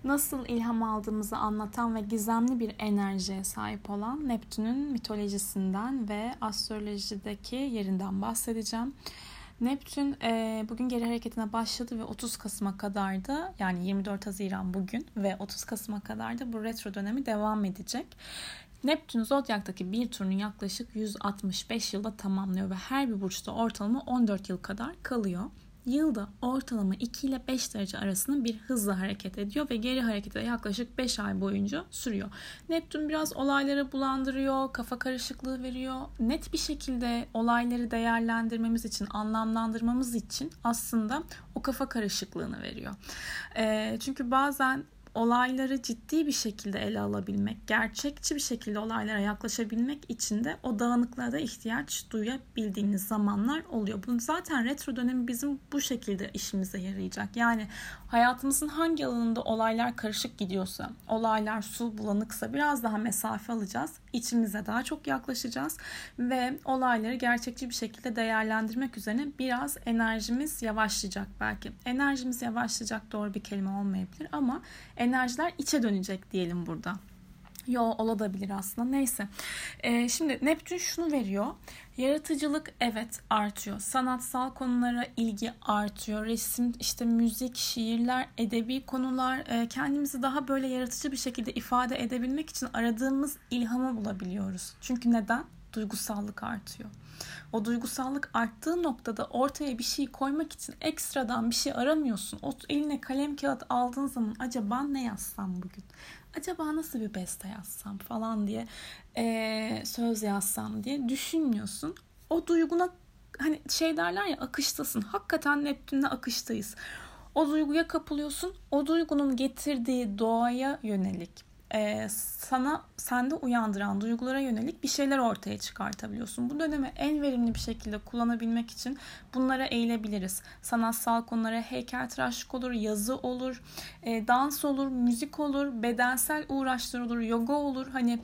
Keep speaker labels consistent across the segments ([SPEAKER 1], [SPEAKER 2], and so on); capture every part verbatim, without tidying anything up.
[SPEAKER 1] nasıl ilham aldığımızı anlatan ve gizemli bir enerjiye sahip olan Neptün'ün mitolojisinden ve astrolojideki yerinden bahsedeceğim. Neptün e, bugün geri hareketine başladı ve otuz Kasım'a kadar da, yani yirmi dört Haziran bugün ve otuz Kasım'a kadar da bu retro dönemi devam edecek. Neptün Zodyak'taki bir turunu yaklaşık yüz altmış beş yılda tamamlıyor ve her bir burçta ortalama on dört yıl kadar kalıyor. Yılda ortalama iki ile beş derece arasında bir hızla hareket ediyor ve geri harekete yaklaşık beş ay boyunca sürüyor. Neptün biraz olayları bulandırıyor, kafa karışıklığı veriyor. Net bir şekilde olayları değerlendirmemiz için, anlamlandırmamız için aslında o kafa karışıklığını veriyor. E, çünkü bazen olayları ciddi bir şekilde ele alabilmek, gerçekçi bir şekilde olaylara yaklaşabilmek için de o dağınıklığa da ihtiyaç duyabildiğiniz zamanlar oluyor. Bunu zaten retro dönemi bizim bu şekilde işimize yarayacak. Yani hayatımızın hangi alanında olaylar karışık gidiyorsa, olaylar su bulanıksa biraz daha mesafe alacağız. İçimize daha çok yaklaşacağız ve olayları gerçekçi bir şekilde değerlendirmek üzerine biraz enerjimiz yavaşlayacak belki. Enerjimiz yavaşlayacak doğru bir kelime olmayabilir ama enerjiler içe dönecek diyelim burada. Yo, olabilir aslında. Neyse. Ee, şimdi Neptün şunu veriyor. Yaratıcılık evet artıyor. Sanatsal konulara ilgi artıyor. Resim, işte müzik, şiirler, edebi konular. E, kendimizi daha böyle yaratıcı bir şekilde ifade edebilmek için aradığımız ilhamı bulabiliyoruz. Çünkü neden? Duygusallık artıyor. O duygusallık arttığı noktada ortaya bir şey koymak için ekstradan bir şey aramıyorsun. O eline kalem kağıt aldığın zaman acaba ne yazsam bugün? Acaba nasıl bir beste yazsam falan diye e, söz yazsam diye düşünmüyorsun. O duyguna hani şey derler ya, akıştasın. Hakikaten Neptün'le akıştayız. O duyguya kapılıyorsun. O duygunun getirdiği doğaya yönelik, Ee, sana sende uyandıran duygulara yönelik bir şeyler ortaya çıkartabiliyorsun. Bu dönemi en verimli bir şekilde kullanabilmek için bunlara eğilebiliriz. Sanatsal konulara heykeltıraşlık olur, yazı olur, e, dans olur, müzik olur, bedensel uğraşlar olur, yoga olur. Hani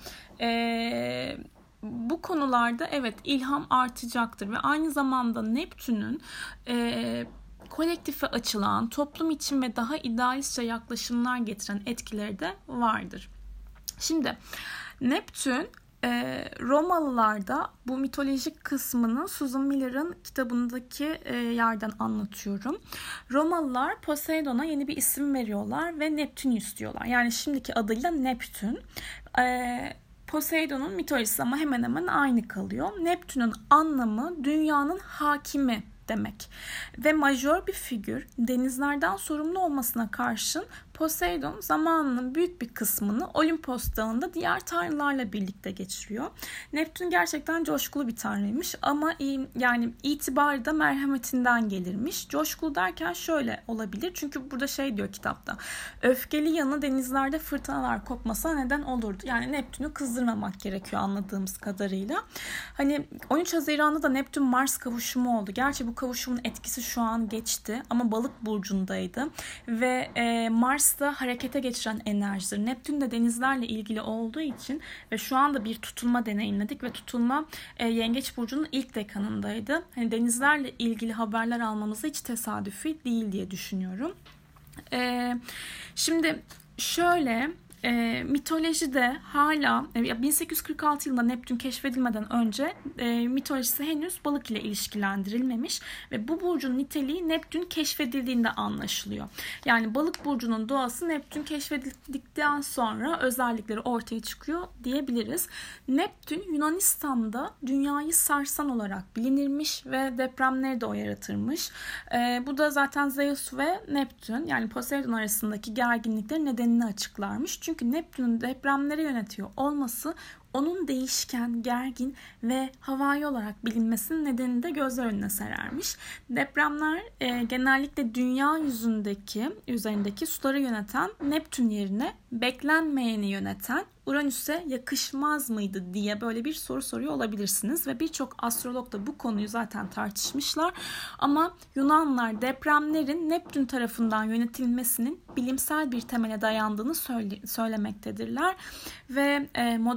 [SPEAKER 1] e, bu konularda evet ilham artacaktır ve aynı zamanda Neptün'ün e, kolektife açılan, toplum için ve daha idealistçe yaklaşımlar getiren etkileri de vardır. Şimdi Neptün e, Romalılarda, bu mitolojik kısmını Susan Miller'ın kitabındaki e, yerden anlatıyorum. Romalılar Poseidon'a yeni bir isim veriyorlar ve Neptünüs diyorlar. Yani şimdiki adıyla Neptün. E, Poseidon'un mitolojisi ama hemen hemen aynı kalıyor. Neptün'ün anlamı dünyanın hakimi demek ve majör bir figür. Denizlerden sorumlu olmasına karşın Poseidon zamanının büyük bir kısmını Olimpos Dağı'nda diğer tanrılarla birlikte geçiriyor. Neptün gerçekten coşkulu bir tanrıymış ama yani itibarı da merhametinden gelirmiş. Coşkulu derken şöyle olabilir. Çünkü burada şey diyor kitapta. Öfkeli yanı denizlerde fırtınalar kopmasa neden olurdu? Yani Neptün'ü kızdırmamak gerekiyor anladığımız kadarıyla. Hani on üç Haziran'da da Neptün Mars kavuşumu oldu. Gerçi bu kavuşumun etkisi şu an geçti ama Balık burcundaydı ve e, Mars da harekete geçiren enerjidir. Neptün de denizlerle ilgili olduğu için ve şu anda bir tutulma deneyimledik ve tutulma e, Yengeç burcunun ilk dekanındaydı. Hani denizlerle ilgili haberler almamız hiç tesadüfi değil diye düşünüyorum. E, şimdi şöyle E, mitolojide hala e, bin sekiz yüz kırk altı yılında Neptün keşfedilmeden önce e, mitolojisi henüz balık ile ilişkilendirilmemiş ve bu burcun niteliği Neptün keşfedildiğinde anlaşılıyor. Yani balık burcunun doğası Neptün keşfedildikten sonra özellikleri ortaya çıkıyor diyebiliriz. Neptün Yunanistan'da dünyayı sarsan olarak bilinirmiş ve depremleri de o yaratırmış. E, bu da zaten Zeus ve Neptün, yani Poseidon arasındaki gerginliklerin nedenini açıklarmış. Çünkü Neptün'ün depremleri yönetiyor olması onun değişken, gergin ve havai olarak bilinmesinin nedenini de gözler önüne serermiş. Depremler e, genellikle dünya yüzündeki, üzerindeki suları yöneten Neptün yerine beklenmeyeni yöneten Uranüs'e yakışmaz mıydı diye böyle bir soru soruyor olabilirsiniz ve birçok astrolog da bu konuyu zaten tartışmışlar. Ama Yunanlar depremlerin Neptün tarafından yönetilmesinin bilimsel bir temele dayandığını söyle- söylemektedirler ve e, modern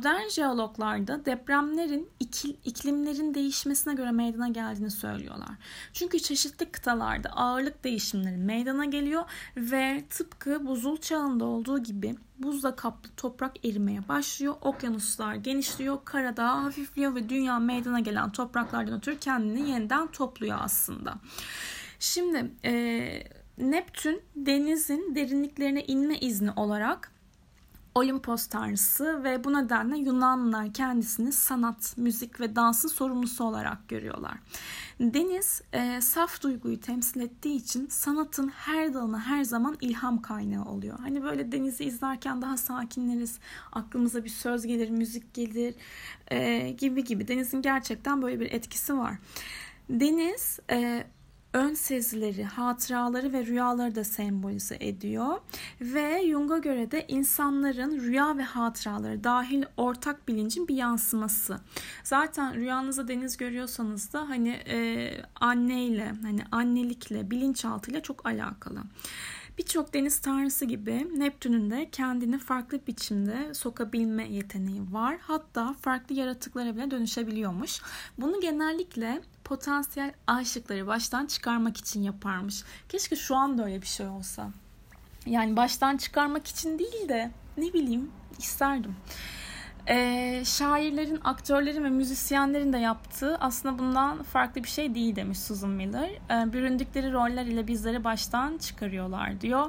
[SPEAKER 1] jeologlar depremlerin ikil, iklimlerin değişmesine göre meydana geldiğini söylüyorlar. Çünkü çeşitli kıtalarda ağırlık değişimleri meydana geliyor ve tıpkı buzul çağında olduğu gibi buzla kaplı toprak erimeye başlıyor. Okyanuslar genişliyor, kara daha hafifliyor ve dünya meydana gelen topraklardan ötürü kendini yeniden topluyor aslında. Şimdi e, Neptün denizin derinliklerine inme izni olarak Olimpos tanrısı ve bu nedenle Yunanlılar kendisini sanat, müzik ve dansın sorumlusu olarak görüyorlar. Deniz e, saf duyguyu temsil ettiği için sanatın her dalına her zaman ilham kaynağı oluyor. Hani böyle denizi izlerken daha sakinleriz, aklımıza bir söz gelir, müzik gelir e, gibi gibi. Denizin gerçekten böyle bir etkisi var. Deniz e, ön sezileri, hatıraları ve rüyaları da sembolize ediyor. Ve Jung'a göre de insanların rüya ve hatıraları dahil ortak bilincin bir yansıması. Zaten rüyanızda deniz görüyorsanız da hani e, anneyle, hani annelikle, bilinçaltıyla çok alakalı. Birçok deniz tanrısı gibi Neptün'ün de kendini farklı biçimde sokabilme yeteneği var. Hatta farklı yaratıklara bile dönüşebiliyormuş. Bunu genellikle potansiyel aşıkları baştan çıkarmak için yaparmış. Keşke şu anda öyle bir şey olsa. Yani baştan çıkarmak için değil de ne bileyim isterdim. Ee, şairlerin, aktörlerin ve müzisyenlerin de yaptığı aslında bundan farklı bir şey değil demiş Susan Miller. Ee, büründükleri roller ile bizleri baştan çıkarıyorlar diyor.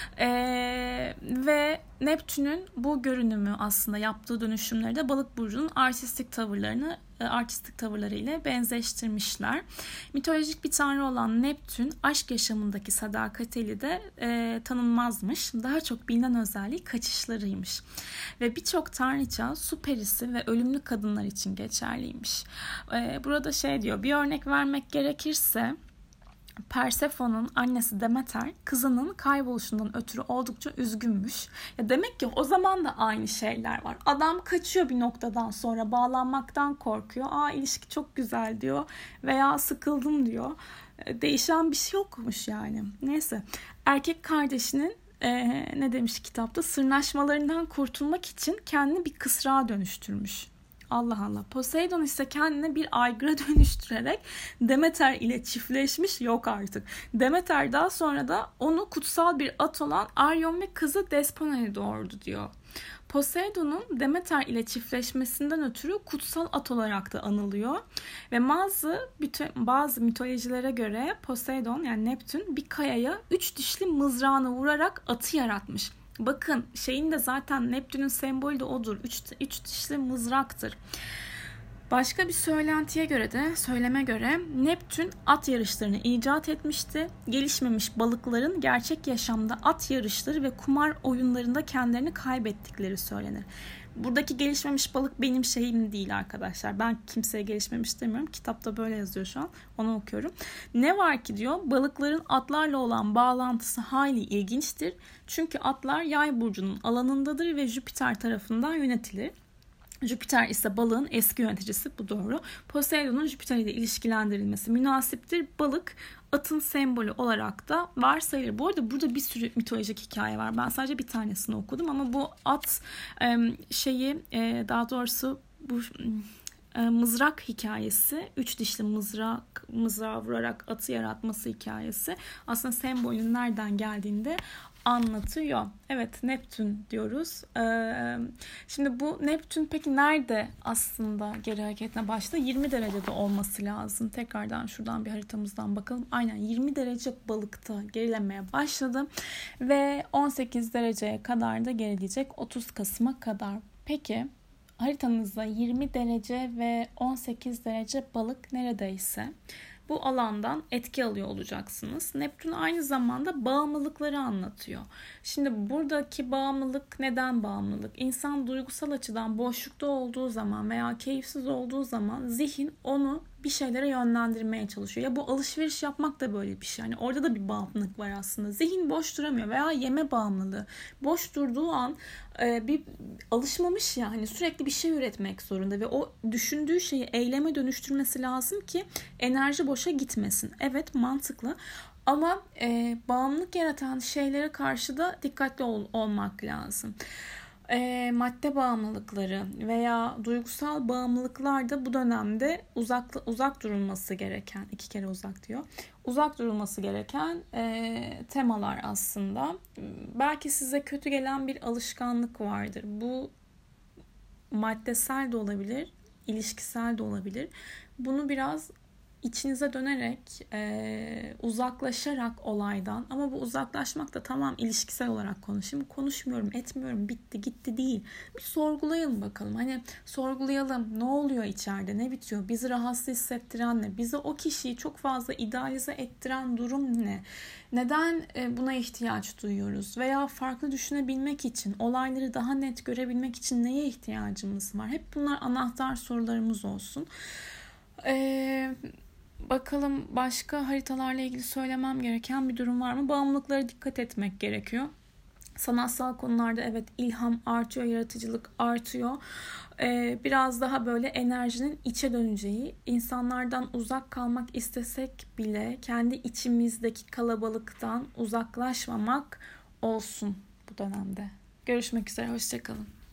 [SPEAKER 1] Ee, ve Neptün'ün bu görünümü aslında yaptığı dönüşümleri de Balık burcunun artistik tavırlarını artistik tavırları ile benzeştirmişler. Mitolojik bir tanrı olan Neptün aşk yaşamındaki sadakatiyle de e, tanınmazmış. Daha çok bilinen özelliği kaçışlarıymış. Ve birçok tanrıça su perisi ve ölümlü kadınlar için geçerliymiş. E, burada şey diyor, bir örnek vermek gerekirse Persephone'un annesi Demeter kızının kayboluşundan ötürü oldukça üzgünmüş. Ya demek ki o zaman da aynı şeyler var. Adam kaçıyor bir noktadan sonra, bağlanmaktan korkuyor. Aa ilişki çok güzel diyor veya sıkıldım diyor. Değişen bir şey yokmuş yani. Neyse. Erkek kardeşinin e, ne demiş kitapta? Sırnaşmalarından kurtulmak için kendini bir kısrağa dönüştürmüş. Allah Allah. Poseidon ise kendine bir aygıra dönüştürerek Demeter ile çiftleşmiş, yok artık. Demeter daha sonra da onu kutsal bir at olan Arion ve kızı Despona'ya doğurdu diyor. Poseidon'un Demeter ile çiftleşmesinden ötürü kutsal at olarak da anılıyor. Ve bazı bazı mitolojilere göre Poseidon yani Neptün bir kayaya üç dişli mızrağını vurarak atı yaratmış. Bakın şeyin de zaten Neptün'ün sembolü de odur. Üç, üç dişli mızraktır. Başka bir söylentiye göre de söyleme göre Neptün at yarışlarını icat etmişti. Gelişmemiş balıkların gerçek yaşamda at yarışları ve kumar oyunlarında kendilerini kaybettikleri söylenir. Buradaki gelişmemiş balık benim şeyim değil arkadaşlar. Ben kimseye gelişmemiş demiyorum. Kitapta böyle yazıyor şu an. Onu okuyorum. Ne var ki diyor, balıkların atlarla olan bağlantısı hayli ilginçtir. Çünkü atlar yay burcunun alanındadır ve Jüpiter tarafından yönetilir. Jüpiter ise balığın eski yöneticisi, bu doğru. Poseidon'un Jüpiter ile ilişkilendirilmesi münasiptir. Balık atın sembolü olarak da varsayılır. Bu arada burada bir sürü mitolojik hikaye var. Ben sadece bir tanesini okudum ama bu at şeyi daha doğrusu bu mızrak hikayesi, üç dişli mızrak mızrağı vurarak atı yaratması hikayesi aslında sembolün nereden geldiğinde anlatıyor. Evet, Neptün diyoruz. Ee, şimdi bu Neptün peki nerede aslında geri hareketine başladı? yirmi derecede olması lazım. Tekrardan şuradan bir haritamızdan bakalım. Aynen yirmi derece balıkta gerilemeye başladı ve on sekiz dereceye kadar da gerileyecek otuz Kasım'a kadar. Peki haritanızda yirmi derece ve on sekiz derece balık neredeyse bu alandan etki alıyor olacaksınız. Neptün aynı zamanda bağımlılıkları anlatıyor. Şimdi buradaki bağımlılık neden bağımlılık? İnsan duygusal açıdan boşlukta olduğu zaman veya keyifsiz olduğu zaman zihin onu bir şeylere yönlendirmeye çalışıyor. Ya bu alışveriş yapmak da böyle bir şey. Yani orada da bir bağımlılık var aslında. Zihin boş duramıyor veya yeme bağımlılığı. Boş durduğu an e, bir alışmamış ya, hani sürekli bir şey üretmek zorunda ve o düşündüğü şeyi eyleme dönüştürmesi lazım ki enerji boşa gitmesin. Evet, mantıklı. Ama e, bağımlılık yaratan şeylere karşı da dikkatli ol, olmak lazım. E, madde bağımlılıkları veya duygusal bağımlılıklar da bu dönemde uzak uzak durulması gereken, iki kere uzak diyor, uzak durulması gereken e, temalar aslında. Belki size kötü gelen bir alışkanlık vardır. Bu maddesel de olabilir, ilişkisel de olabilir. Bunu biraz içinize dönerek, e, uzaklaşarak olaydan, ama bu uzaklaşmak da tamam ilişkisel olarak konuşayım. Konuşmuyorum, etmiyorum, bitti gitti değil. Bir sorgulayalım bakalım. Hani sorgulayalım, ne oluyor içeride, ne bitiyor, bizi rahatsız hissettiren ne, bizi o kişiyi çok fazla idealize ettiren durum ne, neden buna ihtiyaç duyuyoruz veya farklı düşünebilmek için, olayları daha net görebilmek için neye ihtiyacımız var? Hep bunlar anahtar sorularımız olsun. Eee Bakalım başka haritalarla ilgili söylemem gereken bir durum var mı? Bağımlılıklara dikkat etmek gerekiyor. Sanatsal konularda evet ilham artıyor, yaratıcılık artıyor. Ee, biraz daha böyle enerjinin içe döneceği, insanlardan uzak kalmak istesek bile kendi içimizdeki kalabalıktan uzaklaşmamak olsun bu dönemde. Görüşmek üzere, hoşça kalın.